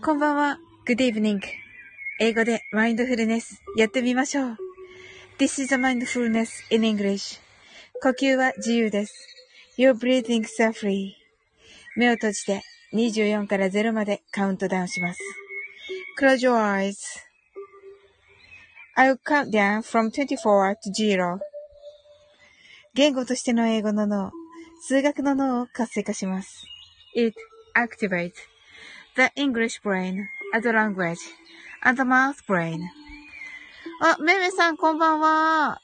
こんばんは。Good evening. 英語でマインドフルネスやってみましょう。This is a mindfulness in English. 呼吸は自由です。Your breathings are free. 目を閉じて24から0までカウントダウンします。Close your eyes. I'll count down from 24 to 0. 言語としての英語の脳、数学の脳を活性化します。It activates the English brain as a language and the math brain. あ、めめさんこんばんは。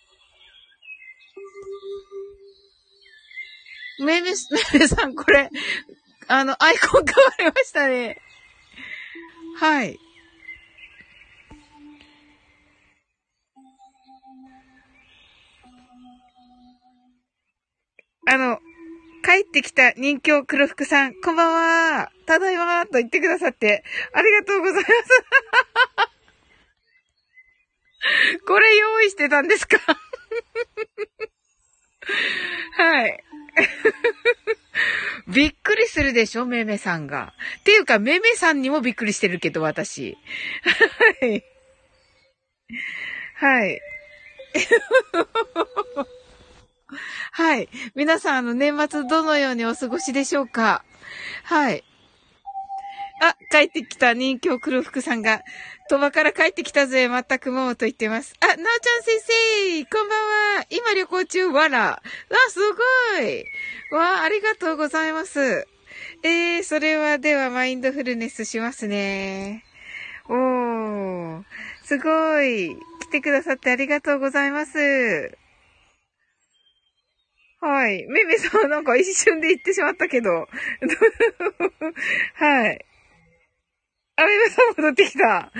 めめさんこれ、アイコン変わりましたね。はい。帰ってきた人形黒服さん、こんばんは。ただいまと言ってくださって、ありがとうございます。これ用意してたんですか？はい。びっくりするでしょめめさんが。っていうか、めめさんにもびっくりしてるけど、私。はい。はい。はい。皆さん、年末どのようにお過ごしでしょうか？はい。あ、帰ってきた人形黒服さんが、鳥羽から帰ってきたぜ、全くもうと言ってます。あ、なおちゃん先生、こんばんは。今旅行中、わら。わ、すごい。わ、ありがとうございます。それはではマインドフルネスしますね。おー、すごい。来てくださってありがとうございます。はい。めめさんはなんか一瞬で言ってしまったけど。はい。あ、めめさん戻ってきた。はい。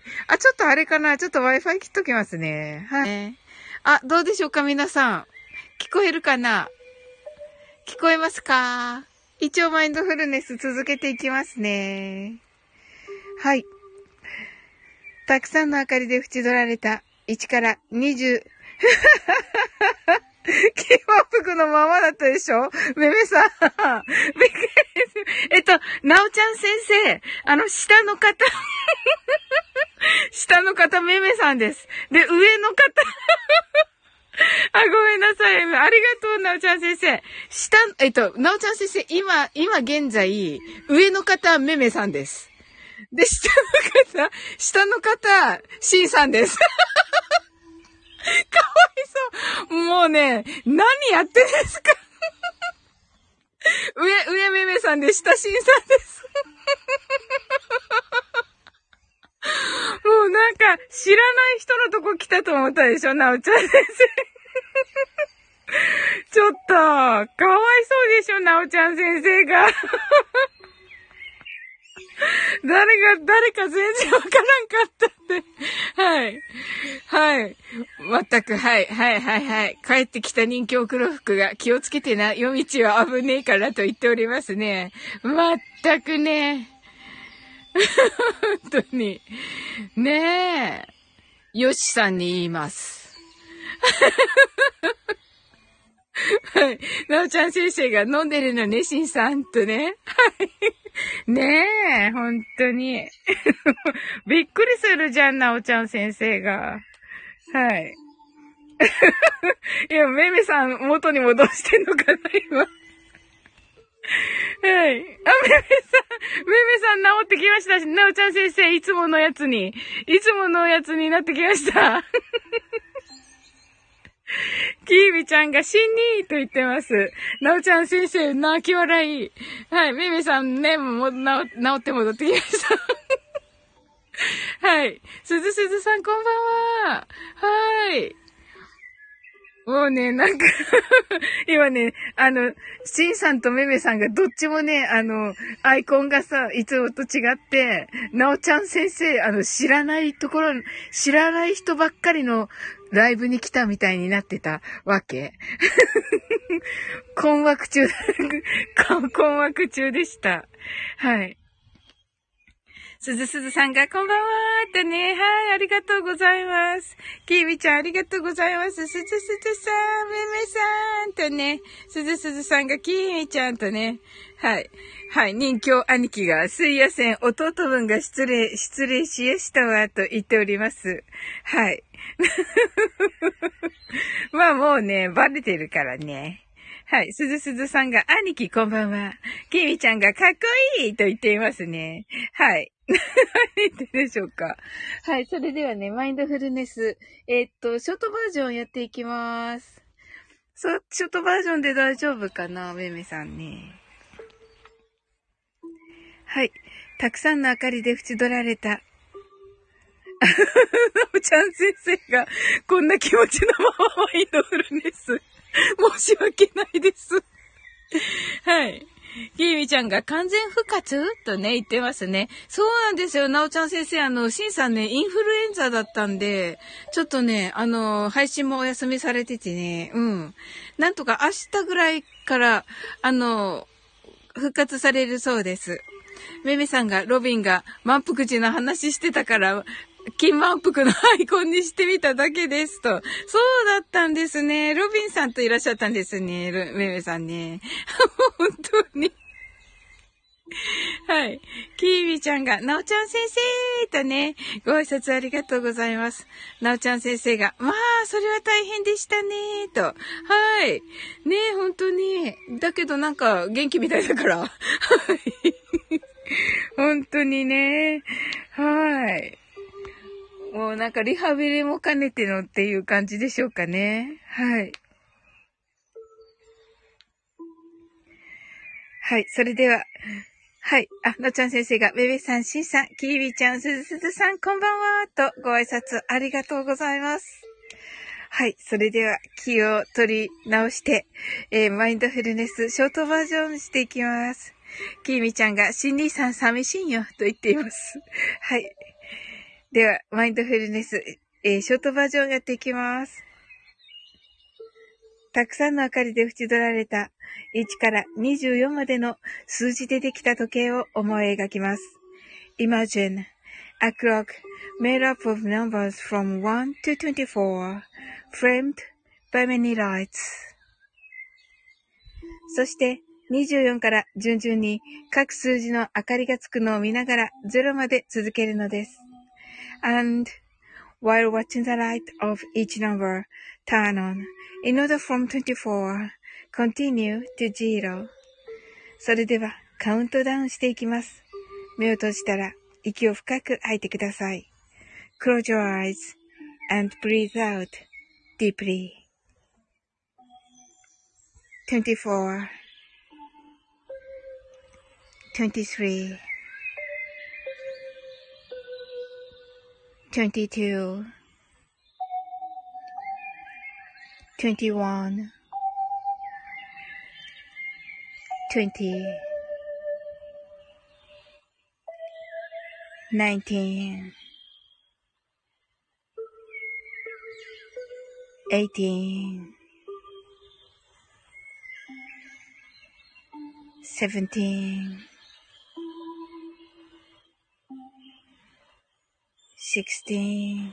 あ、ちょっとあれかな。ちょっと Wi-Fi 切っときますね。はい。あ、どうでしょうか皆さん。聞こえるかな？聞こえますか？一応マインドフルネス続けていきますね。はい。たくさんの明かりで縁取られた1から20。キーマ服のままだったでしょめめさん。びっくりする。なおちゃん先生。下の方。下の方、めめさんです。で、上の方。あ、ごめんなさい。ありがとう、なおちゃん先生。なおちゃん先生、今現在、上の方、めめさんです。で、下の方、しんさんです。かわいそう。もうね、何やってんですか？上めめさんで、下しんさんです。もうなんか、知らない人のとこ来たと思ったでしょ、なおちゃん先生。ちょっと、かわいそうでしょ、なおちゃん先生が。誰か全然わからんかったって。はい。はい。全く、はい。帰ってきた人形黒服が気をつけてな、夜道は危ねえからと言っておりますね。全くね。本当に。ねえ。よしさんに言います。はい。なおちゃん先生が飲んでるのね、しんさんとね。はい。ねえ、本当に。びっくりするじゃん、なおちゃん先生が。はい。いや、めめさん元に戻してんのかな、今。はい。あ、めめさん治ってきましたし、なおちゃん先生、いつものやつになってきました。キービちゃんが死にーと言ってます。なおちゃん先生、泣き笑い。はい、めめさんね、もう治って戻ってきました。はい。すずさんこんばんは。はい。もうね、なんか今ね、シンさんとメメさんがどっちもね、アイコンがさ、いつもと違って、なおちゃん先生、知らない人ばっかりのライブに来たみたいになってたわけ。困惑中でした。はい。 すずすずさんがこんばんはーってね。はい、ありがとうございます。きみちゃんありがとうございます。すずすずさん、めめさんとね。すずすずさんがきみちゃんとね。はい。はい、人形兄貴が、すいやせん、弟分が失礼しやしたわ、と言っております。はい。まあもうね、バレてるからね。はい。すずすずさんが、兄貴こんばんは。きみちゃんがかっこいいと言っていますね。はい。何言ってるでしょうか。はい。それではね、マインドフルネス。ショートバージョンやっていきます。ショートバージョンで大丈夫かな、めめさんね。はい。たくさんの明かりで縁取られた。なおちゃん先生が、こんな気持ちのままマインドフルネス。申し訳ないです。はい。きみちゃんが完全復活とね、言ってますね。そうなんですよ。なおちゃん先生、しんさんね、インフルエンザだったんで、ちょっとね、配信もお休みされててね、うん。なんとか明日ぐらいから、復活されるそうです。めめさんが、ロビンが満腹時の話してたから、金満腹のアイコンにしてみただけですと。そうだったんですね。ロビンさんといらっしゃったんですね。めめさんね。本当に。はい。きーみちゃんが、なおちゃん先生とね、ご挨拶ありがとうございます。なおちゃん先生が、まあ、それは大変でしたね、と。はい。ね本当に。だけどなんか、元気みたいだから。はい。本当にね。はい。もうなんかリハビリも兼ねてのっていう感じでしょうかね。はい。はい。それでは、はい。のちゃん先生が、ベベさん、しんさん、きービーちゃん、すずすずさん、こんばんは、とご挨拶ありがとうございます。はい。それでは、気を取り直して、マインドフルネス、ショートバージョンしていきます。きーみちゃんが、しんにーさん寂しいよ、と言っています。はい。では、マインドフルネス、ショートバージョンやっていきます。たくさんの明かりで縁取られた1から24までの数字でできた時計を思い描きます。Imagine a clock made up of numbers from 1 to 24, framed by many lights. そして24から順々に各数字の明かりがつくのを見ながら0まで続けるのです。And while watching the light of each number turn on, in order from 24, continue to 0. それではカウントダウンしていきます。目を閉じたら息を深く吐いてください。Close your eyes and breathe out deeply. 24, 23, 22, 21, 20, 19, 18, 17, 16,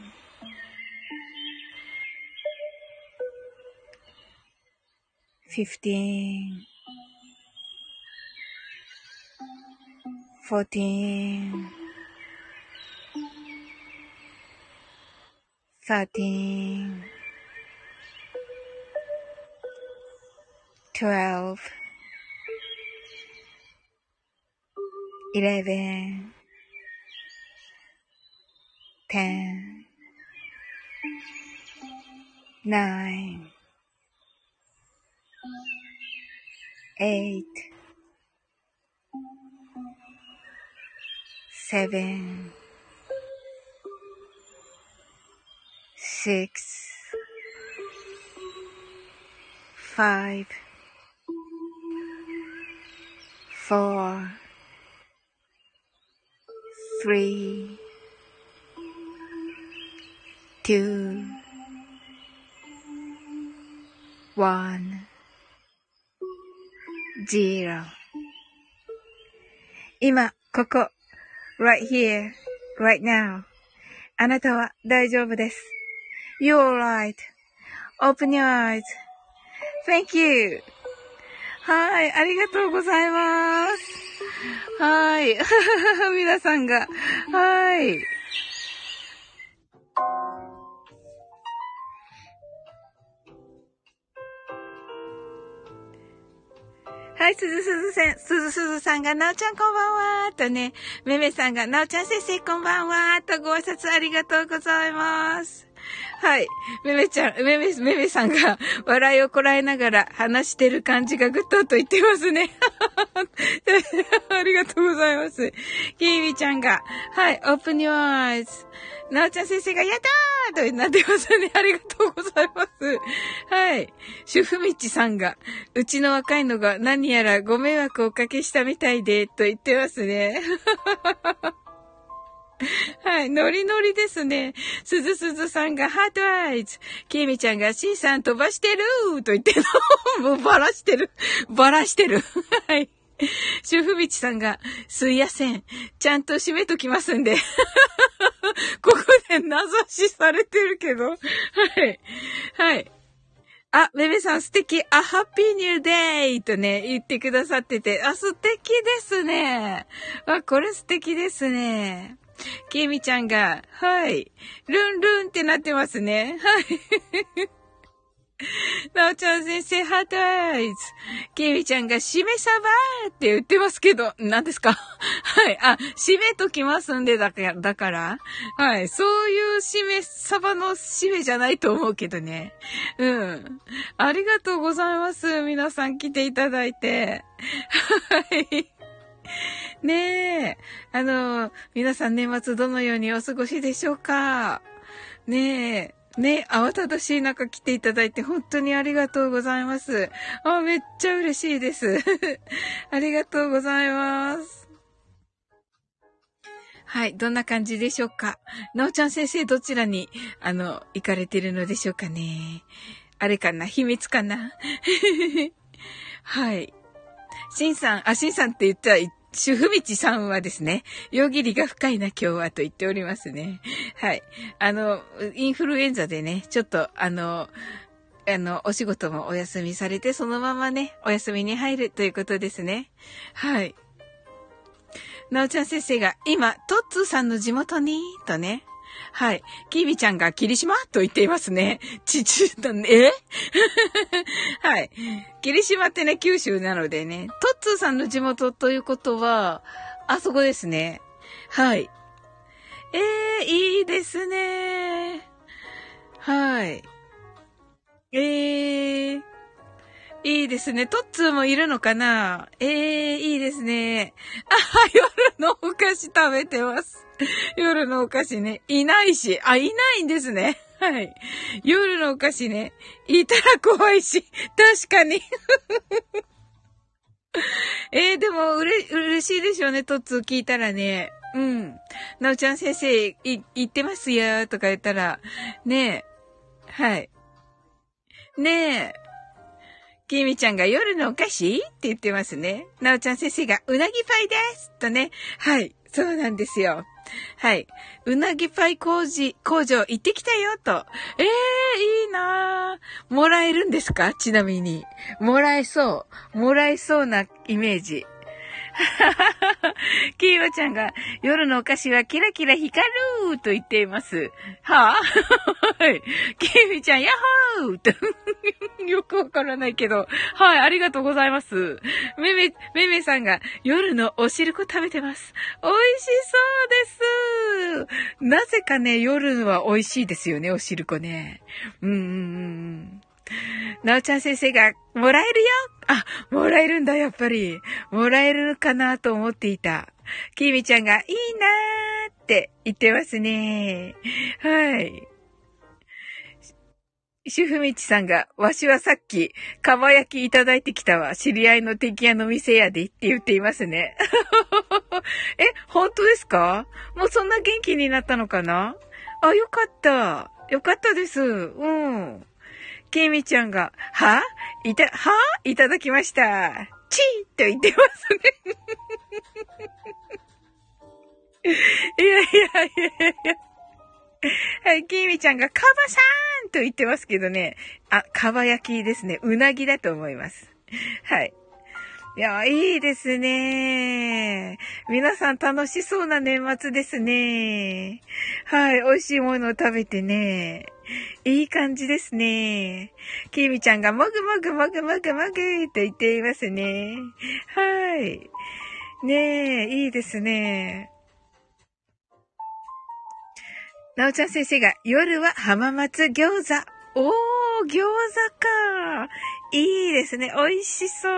15, 14, 13, 12, 11, 10, 9, 8, 7, 6, 5, 4, 3, 2, 1, 0。今、ここ、 right here, right now. あなたは大丈夫です。You're right.Open your eyes.Thank you. はい、ありがとうございます。はい。皆さんが。はい。はい、すずさんが、なおちゃんこんばんはとね、めめさんが、なおちゃん先生こんばんはとご挨拶ありがとうございます。はい。めめさんが笑いをこらえながら話してる感じがグッと言ってますね。ありがとうございます。きみちゃんが、はい、open your eyes. なおちゃん先生が、やったーとなってますね。ありがとうございます。はい。主婦みちさんが、うちの若いのが何やらご迷惑をおかけしたみたいで、と言ってますね。はい、ノリノリですね。すずさんがハートアイズ。きみちゃんがシンさん飛ばしてると言ってるの。もうバラしてる。はい。主婦みちさんが、すいやせん。ちゃんと締めときますんで。ここで名指しされてるけど。はい。はい。あ、めめさん素敵。あ、ハッピーニューデイとね、言ってくださってて。あ、素敵ですね。あ、これ素敵ですね。きみちゃんが、はい。ルンルンってなってますね。はい。なおちゃん先生、ハートアイズ。きみちゃんが、しめさばーって言ってますけど、何ですか？はい。あ、しめときますんで、だから。はい。そういうしめさばのしめじゃないと思うけどね。うん。ありがとうございます。皆さん来ていただいて。はい。ねえ。皆さん年末どのようにお過ごしでしょうか？ねえ。ね、慌ただしい中来ていただいて本当にありがとうございます。あ、めっちゃ嬉しいです。ありがとうございます。はい、どんな感じでしょうか。なおちゃん先生どちらに、行かれてるのでしょうかね。あれかな？秘密かな？はい。しんさんって言ったら、主婦みちさんはですね、夜霧が深いな今日はと言っておりますね。はい。インフルエンザでね、ちょっとお仕事もお休みされて、そのままね、お休みに入るということですね。はい。なおちゃん先生が、今、トッツーさんの地元に、とね。はい。きみちゃんが霧島と言っていますね。はい。霧島ってね、九州なのでね。トッツーさんの地元ということは、あそこですね。はい。いいですね。はい。いいですね。トッツーもいるのかないいですね。あ、夜のお菓子食べてます。夜のお菓子ね。いないし。あ、いないんですね。はい。夜のお菓子ね。いたら怖いし。確かに。でも、嬉しいでしょうね。トッツー聞いたらね。うん。なおちゃん先生、言ってますよ。とか言ったら。ねえ。はい。ねえ。きみちゃんが夜のお菓子って言ってますね。なおちゃん先生がうなぎパイですとね。はい。そうなんですよ。はい。うなぎパイ工場行ってきたよと。いいなぁ。もらえるんですか？ちなみに。もらえそうなイメージ。キーワちゃんが夜のお菓子はキラキラ光ると言っています。はぁ、はい。キーミちゃん、ヤッホーとよくわからないけど。はい、ありがとうございます。めめさんが夜のお汁粉食べてます。美味しそうです。なぜかね、夜は美味しいですよね、お汁粉ね。なおちゃん先生が、もらえるよ。あ、もらえるんだ、やっぱり。もらえるかなと思っていた。きみちゃんが、いいなーって言ってますね。はい。主婦みちさんが、わしはさっき、かば焼きいただいてきたわ。知り合いの敵屋の店やでって言っていますね。本当ですか？もうそんな元気になったのかな？あ、よかった。よかったです。うん。ケイミちゃんが、いただきました。チーと言ってますね。 いやいやいやいや。はい、きみちゃんがカバさーんと言ってますけどね。あ、カバ焼きですね。うなぎだと思います。はい。いや、いいですね。皆さん楽しそうな年末ですね。はい、美味しいものを食べてね。いい感じですね。きみちゃんがもぐもぐもぐもぐもぐと言っていますね。はい。ねえ、いいですね。なおちゃん先生が夜は浜松餃子。おー、餃子か。いいですね。美味しそう。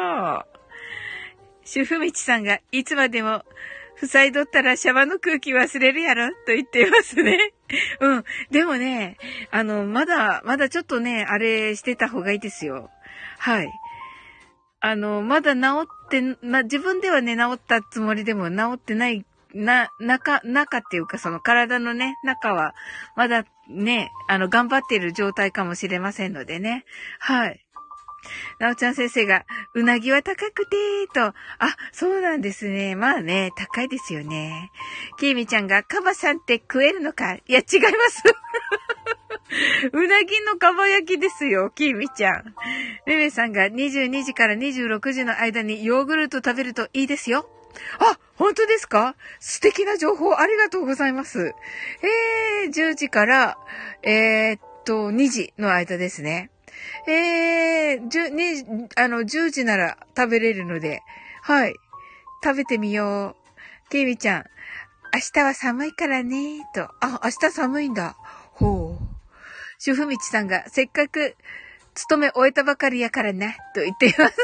主婦みちさんがいつまでも塞いどったらシャワの空気忘れるやろと言っていますね。うん。でもね、まだちょっとね、あれしてた方がいいですよ。はい。まだ治って、自分ではね、治ったつもりでも治ってない、中っていうかその体のね、中は、まだね、頑張っている状態かもしれませんのでね。はい。なおちゃん先生が、うなぎは高くてと。あ、そうなんですね。まあね、高いですよね。きみちゃんが、カバさんって食えるのか？いや、違います。うなぎのかば焼きですよ、きみちゃん。めめさんが22時から26時の間にヨーグルト食べるといいですよ。あ、本当ですか？素敵な情報ありがとうございます。10時から、2時の間ですね。10時なら食べれるので、はい。食べてみよう。きみちゃん、明日は寒いからね、と。あ、明日寒いんだ。ほう。主婦みちさんが、せっかく、勤め終えたばかりやからな、と言っています。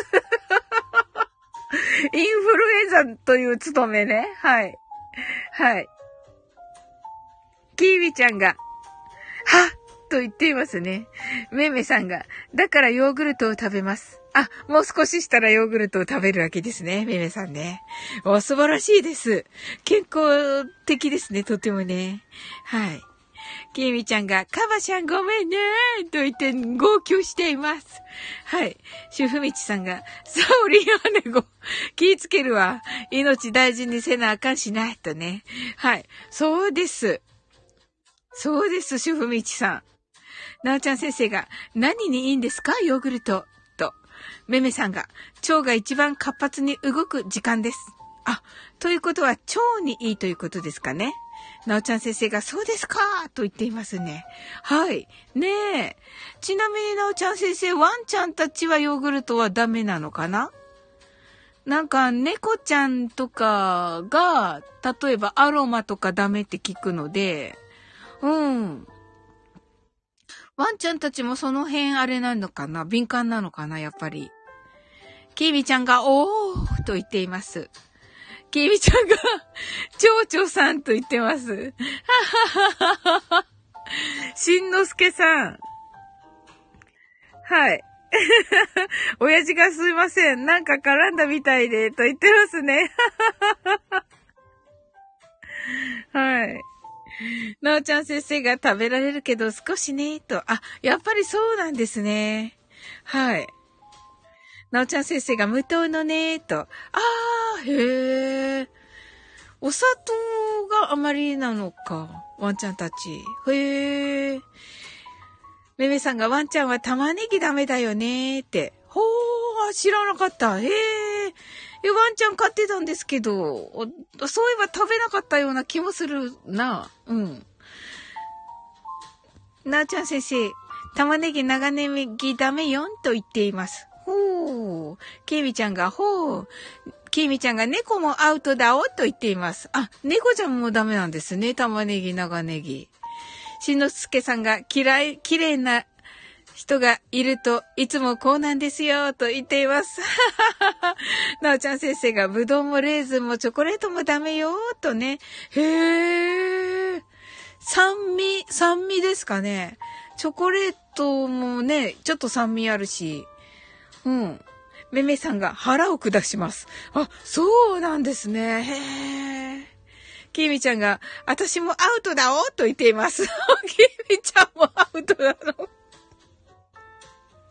インフルエンザという勤めね。はい。はい。きみちゃんが、はと言っていますね。めめさんが、だからヨーグルトを食べます。あ、もう少ししたらヨーグルトを食べるわけですね。めめさんね。お、素晴らしいです。健康的ですね、とてもね。はい。きみちゃんが、カバちゃんごめんねと言って号泣しています。はい。主婦みちさんが、サオリン姉子、気ぃつけるわ。命大事にせなあかんしな、とね。はい。そうです。そうです、主婦みちさん。なおちゃん先生が、何にいいんですかヨーグルト。と。めめさんが、腸が一番活発に動く時間です。あ、ということは腸にいいということですかね。なおちゃん先生が、そうですかと言っていますね。はい。ねえ。ちなみになおちゃん先生、ワンちゃんたちはヨーグルトはダメなのかな？なんか、猫ちゃんとかが、例えばアロマとかダメって聞くので、うん。ワンちゃんたちもその辺あれなのかな？敏感なのかなやっぱり。キーミちゃんが、おーと言っています。キーミちゃんが、蝶々さんと言ってます。ははははは。しんのすけさん。はい。親父がすいません。なんか絡んだみたいで、と言ってますね。はい。なおちゃん先生が食べられるけど少しね、と。あ、やっぱりそうなんですね。はい。なおちゃん先生が無糖のね、と。あー、へー。お砂糖があまりなのか。ワンちゃんたち。へー。めめさんがワンちゃんは玉ねぎダメだよね、って。ほー、知らなかった。へー。ワンちゃん飼ってたんですけど、そういえば食べなかったような気もするな。うん。なおちゃん先生、玉ねぎ長ネギダメよんと言っています。ほー。ケイミちゃんが、ほー。ケイミちゃんが猫もアウトだおと言っています。あ、猫ちゃんもダメなんですね。玉ねぎ長ネギ。しんのすけさんが綺麗な人がいるといつもこうなんですよと言っています。なおちゃん先生がぶどうもレーズンもチョコレートもダメよとね。へー。酸味ですかね。チョコレートもね、ちょっと酸味あるし。うん。めめさんが腹を下します。あ、そうなんですね。へー。きみちゃんが、私もアウトだおと言っています。きみちゃんもアウトなの。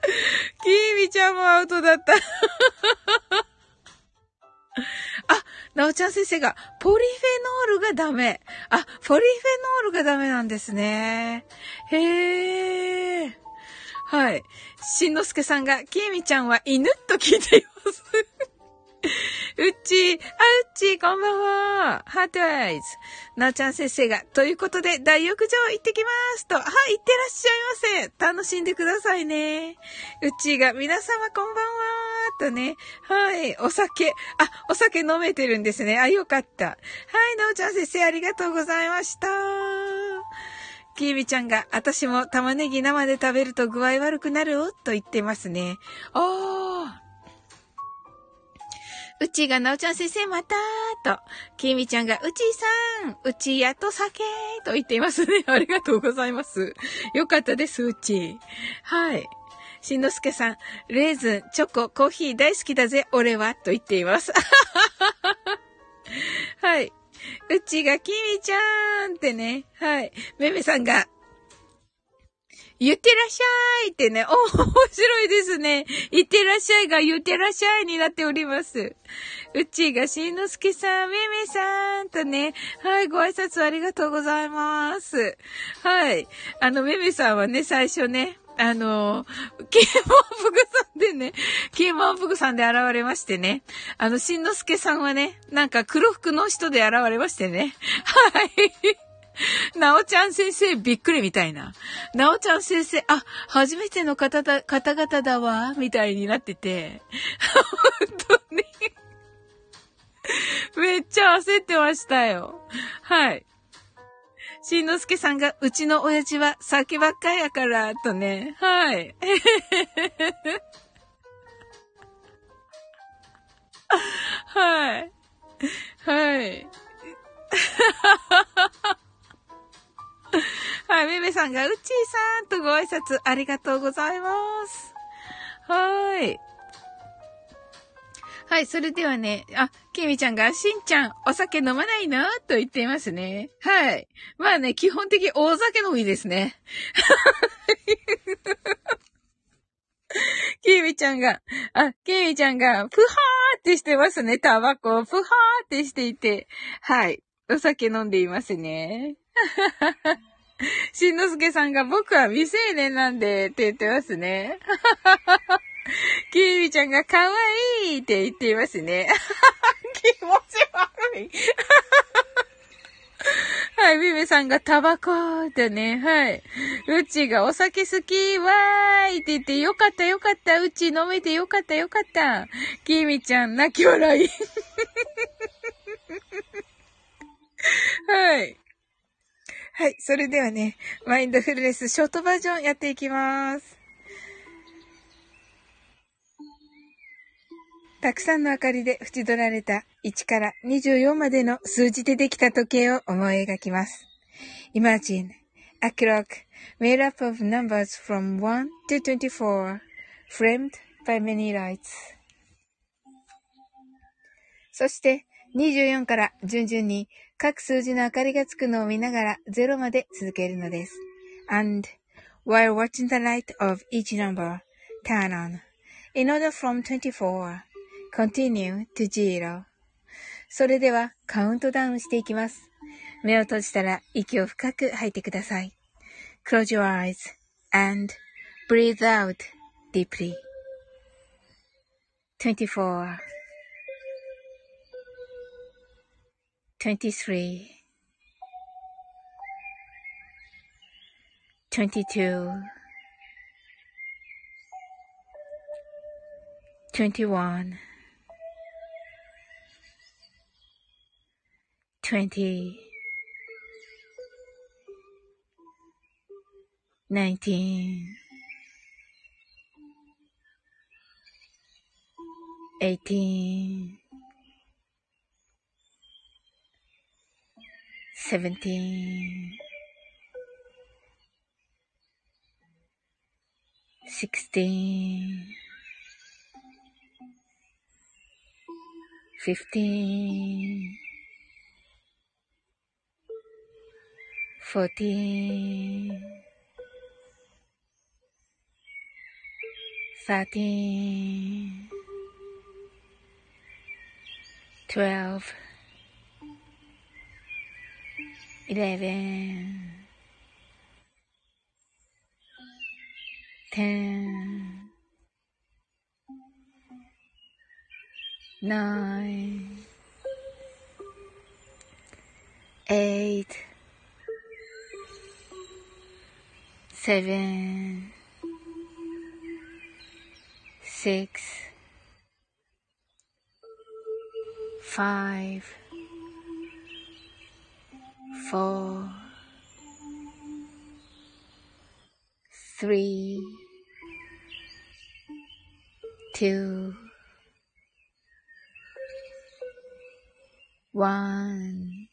きみちゃんもアウトだった。あ、 なおちゃん先生が、ポリフェノールがダメ。あ、ポリフェノールがダメなんですね。へー。はい。しんのすけさんが、きみちゃんは犬と聞いています。うっちー、うっちー、こんばんは。ハートアイズ。なおちゃん先生が、ということで、大浴場行ってきますと。はい、行ってらっしゃいませ。楽しんでくださいね。うっちーが、皆様こんばんはとね。はい、お酒飲めてるんですね。あ、よかった。はい、なおちゃん先生、ありがとうございました。きーみちゃんが、私も玉ねぎ生で食べると具合悪くなるよと言ってますね。うちがなおちゃん先生またーと、きみちゃんがうちさん、うちやっと酒と言っていますね。ありがとうございます。よかったです、うち。はい。しんのすけさん、レーズン、チョコ、コーヒー大好きだぜ、俺は、と言っています。はい。うちがきみちゃんってね。はい。めめさんが、言ってらっしゃいってね。面白いですね。言ってらっしゃいが言ってらっしゃいになっております。うちがしんのすけさん、めめさんとね。はい、ご挨拶ありがとうございます。はい。めめさんはね、最初ね、キーモンフグさんでね、キーモンフグさんで現れましてね。しんのすけさんはね、なんか黒服の人で現れましてね。はい。なおちゃん先生びっくりみたいな。なおちゃん先生、あ、初めての方々だわ、みたいになってて。本当に。めっちゃ焦ってましたよ。はい。しんのすけさんが、うちの親父は酒ばっかやから、とね。はい。はい。はい。はい、めめさんが、うちーさんとご挨拶ありがとうございます。はい。はい、それではね、きみちゃんが、しんちゃん、お酒飲まないのと言っていますね。はい。まあね、基本的大酒飲みですね。きみちゃんが、ぷはーってしてますね、タバコを。ぷはーってしていて。はい。お酒飲んでいますね。しんのすけさんが、僕は未成年なんで、って言ってますね。きみちゃんが、かわいいって言っていますね。気持ち悪い。はい、ビビさんがタバコってね、はい。うちがお酒好きわーいって言って、よかったよかった、うち飲めてよかったよかった。きみちゃん泣き笑い。はい。はい、それではね、マインドフルネスショートバージョンやっていきます。たくさんの明かりで縁取られた1から24までの数字でできた時計を思い描きます。Imagine a clock made up of numbers from 1 to 24, framed by many lights. そして24から順々に各数字の明かりがつくのを見ながら0まで続けるのです。And while watching the light of each number turn on, in order from 24, continue to 0. それではカウントダウンしていきます。目を閉じたら息を深く吐いてください。Close your eyes and breathe out deeply. 24, 23, 22, 21, 20, 19, 18, 17, 16, 15, 14, 13, 12, 11, 10, 9, 8, 7, 6, 5, 4, 3, 2, 1,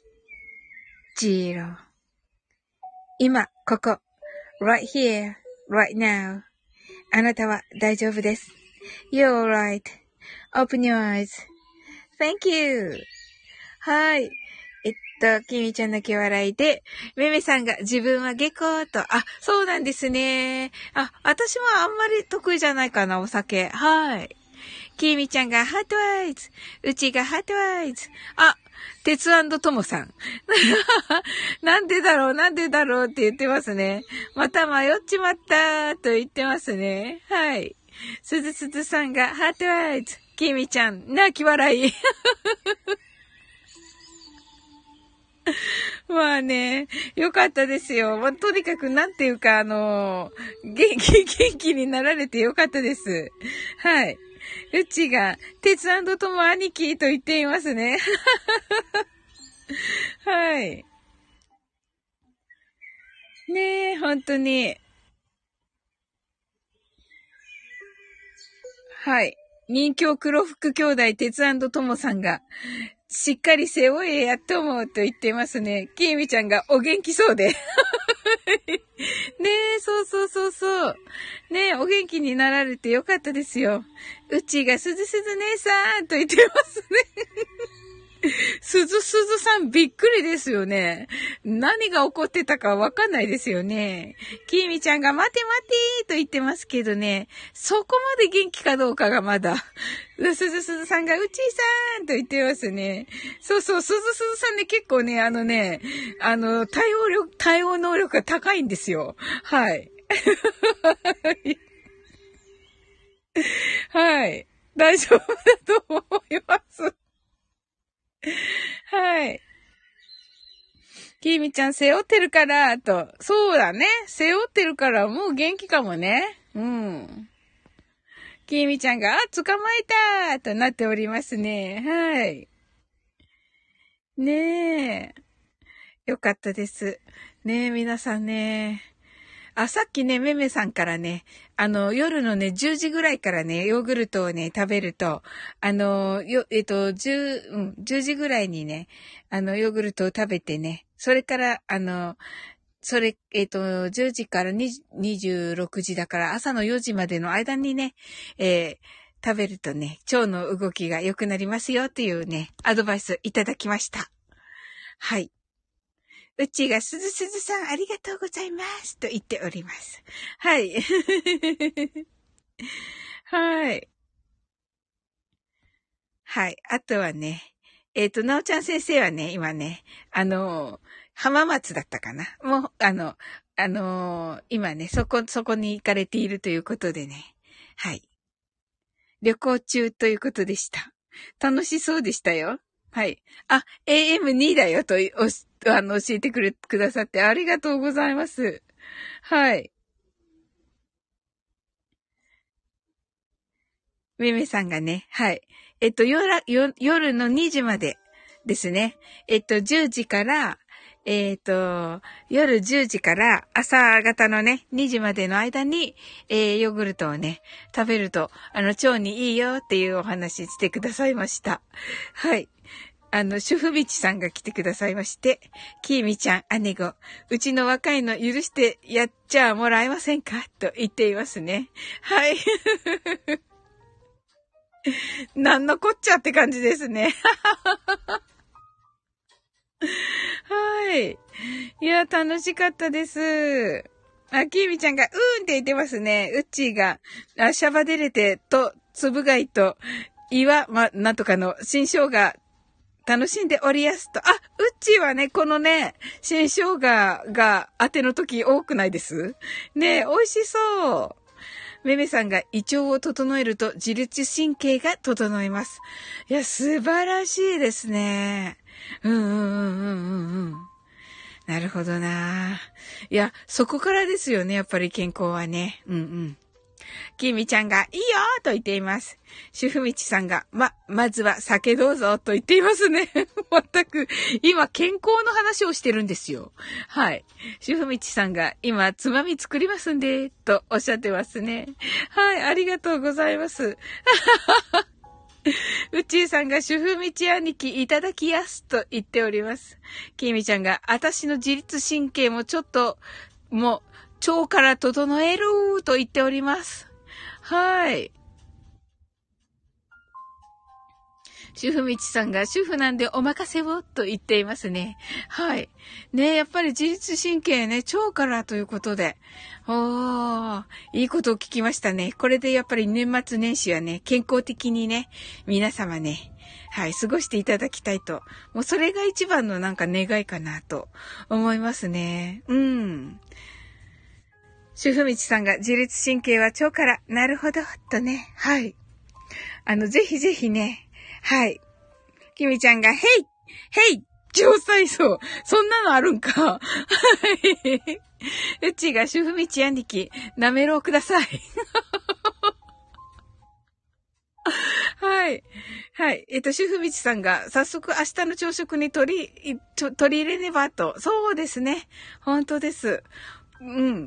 0. 今、ここ。right here, right now. あなたは大丈夫です。You're alright.Open your eyes.Thank you. はい。きみちゃん泣き笑いで、めめさんが自分は下校と、そうなんですね。私もあんまり得意じゃないかな、お酒。はい。きみちゃんがハートアイズ。うちがハートアイズ。鉄&ともさん。なんでだろうって言ってますね。また迷っちまったと言ってますね。はい。すずすずさんがハートアイズ。きみちゃん、泣き笑い。まあね、よかったですよ。とにかくなんていうか、元気になられてよかったです。はい。うちが、鉄&とも兄貴と言っていますね。はい。ねえ、本当に。はい。人形黒服兄弟、鉄&ともさんが、しっかり背負えやっと思うと言ってますね。きみちゃんがお元気そうで。ねえ、そう。ねえ、お元気になられてよかったですよ。うちがすずすず姉さんと言ってますね。すずさんびっくりですよね。何が起こってたかわかんないですよね。きみちゃんが待てと言ってますけどね、そこまで元気かどうかがまだ。すずさんがうちさんと言ってますね。そう、すずさんね、結構ね、対応能力が高いんですよ。はい。はい。大丈夫だと思います。はい。きみちゃん背負ってるから、と。そうだね。背負ってるからもう元気かもね。うん。きみちゃんが、捕まえたとなっておりますね。はい。ねえ。よかったです。ねえ、皆さんね。さっきね、めめさんからね、夜のね、10時ぐらいからね、ヨーグルトをね、食べると、10時ぐらいにね、ヨーグルトを食べてね、それから、10時から26時だから朝の4時までの間にね、食べるとね、腸の動きが良くなりますよっていうね、アドバイスいただきました。はい。うちがすずさんありがとうございますと言っております。はい。はい。はい。あとはね、なおちゃん先生はね、今ね、浜松だったかな。もう、今ね、そこに行かれているということでね。はい。旅行中ということでした。楽しそうでしたよ。はい。AM2 だよと教えてくださってありがとうございます。はい。めめさんがね、はい。夜の2時までですね。10時から、夜10時から朝方のね、2時までの間に、ヨーグルトをね、食べると、腸にいいよっていうお話してくださいました。はい。主婦ビチさんが来てくださいまして、きーみちゃん、姉子、うちの若いの許してやっちゃもらえませんかと言っていますね。はい。なんのこっちゃって感じですね。はい。いや、楽しかったです。きーみちゃんが、って言ってますね。うっちーが、シャバデレテと、つぶ貝と、 なんとかの新生姜、楽しんでおりやすと。あ、うっちーはね、このね、新生姜が当ての時多くないですね。美味しそう。めめさんが胃腸を整えると自律神経が整います。いや、素晴らしいですね。うんうんうんうんうんうん。なるほどな。いや、そこからですよね、やっぱり健康はね。うんうん。きみちゃんが、いいよーと言っています。主婦みちさんが、まずは酒どうぞと言っていますね。全く、今健康の話をしてるんですよ。はい。主婦みちさんが、今、つまみ作りますんで、とおっしゃってますね。はい、ありがとうございます。宇宙さんが主婦みち兄貴いただきやすと言っております。きみちゃんが、私の自律神経もちょっと、もう、腸から整えると言っております。はい。主婦みちさんが主婦なんでお任せをと言っていますね。はい。ね、やっぱり自律神経ね、腸からということで。いいことを聞きましたね。これでやっぱり年末年始はね、健康的にね、皆様ね、はい、過ごしていただきたいと。もうそれが一番のなんか願いかなと思いますね。うん。主婦みちさんが自律神経は腸から、なるほど、とね。はい。ぜひぜひね、はい。きみちゃんが、ヘイ腸細胞そんなのあるんかはい。うちが主婦みち兄貴、なめろうください。はい。はい。主婦みちさんが、早速明日の朝食に取り入れねばと。そうですね。本当です。うん。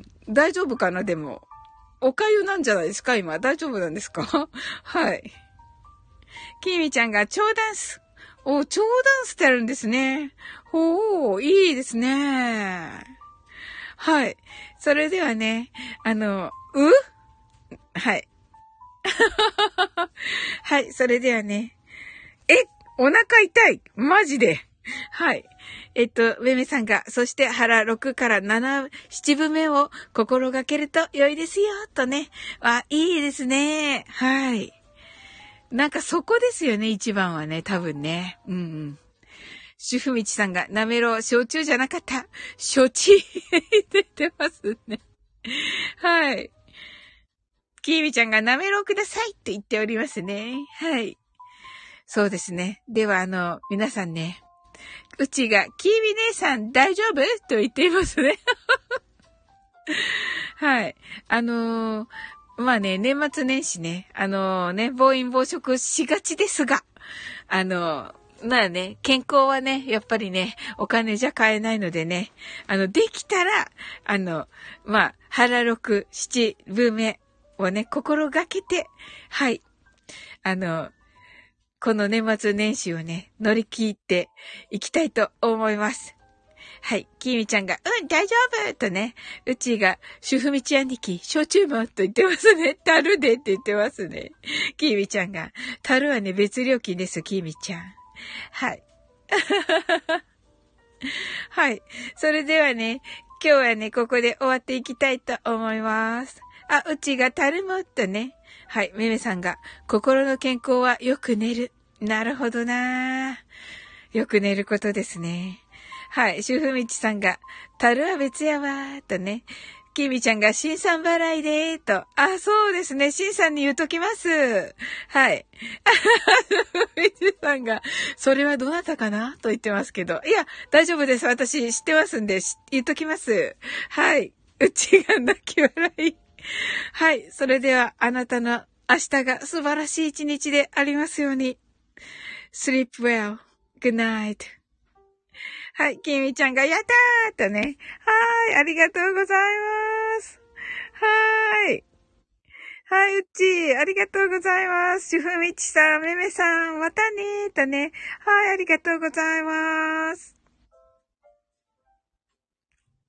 大丈夫かなでも。お粥なんじゃないですか今。大丈夫なんですかはい。きみちゃんが、腸ダンス。腸ダンスってあるんですね。いいですね。はい。それではね、はい。はい。それではね。お腹痛い。マジで。はい。めめさんが、そして腹6から7、7分目を心がけると良いですよ、とね。いいですね。はい。なんかそこですよね、一番はね、多分ね。うんうん。主婦みちさんが、なめろう、焼酎じゃなかった。承知。出てますね。はい。きーみちゃんがなめろうくださいって言っておりますね。はい。そうですね。では、皆さんね、うちが、きーみ姉さん大丈夫と言っていますね。はい。まあね、年末年始ね、暴飲暴食しがちですが、まあね、健康はね、やっぱりね、お金じゃ買えないのでね、できたら、まあ、腹6、7分目をね、心がけて、はい、この年末年始をね、乗り切っていきたいと思います。はい。きみちゃんが、大丈夫とね、うちが、主婦みち兄貴、焼酎もと言ってますね。樽でって言ってますね。きみちゃんが、樽はね、別料金です、きみちゃん。はい。はい。それではね、今日はね、ここで終わっていきたいと思います。うちが樽もっとね。はい。めめさんが、心の健康はよく寝る。なるほどなよく寝ることですね。はい。主婦みちさんが、樽は別やわーとね。きみちゃんが、新さん払いでーと。そうですね。新さんに言うときます。はい。みちさんが、それはどなたかなと言ってますけど。いや、大丈夫です。私知ってますんで、言っときます。はい。うちが泣き笑い。はい。それでは、あなたの明日が素晴らしい一日でありますように。sleep well.Good night. はい、きみちゃんがやったーとね。はーい、ありがとうございます。はーい。はい、うっちー、ありがとうございます。主婦みちさん、めめさん、またねーとね。はい、ありがとうございます。